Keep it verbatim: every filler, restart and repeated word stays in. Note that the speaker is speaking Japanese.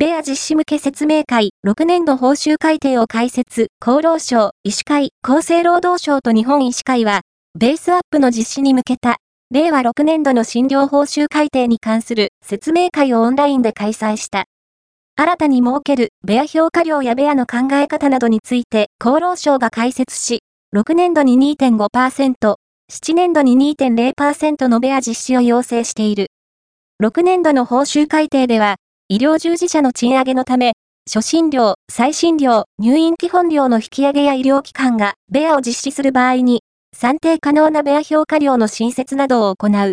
ベア実施向け説明会、ろくねんど報酬改定を開設、厚労省、医師会、厚生労働省と日本医師会は、ベースアップの実施に向けた、れいわろくねんどの診療報酬改定に関する説明会をオンラインで開催した。新たに設けるベア評価量やベアの考え方などについて厚労省が解説し、ろくねんどに にてんごパーセント、ななねんどに にてんれいパーセント のベア実施を要請している。ろくねんどの報酬改定では、医療従事者の賃上げのため、初診料、再診料、入院基本料の引き上げや医療機関がベアを実施する場合に、算定可能なベア評価量の新設などを行う。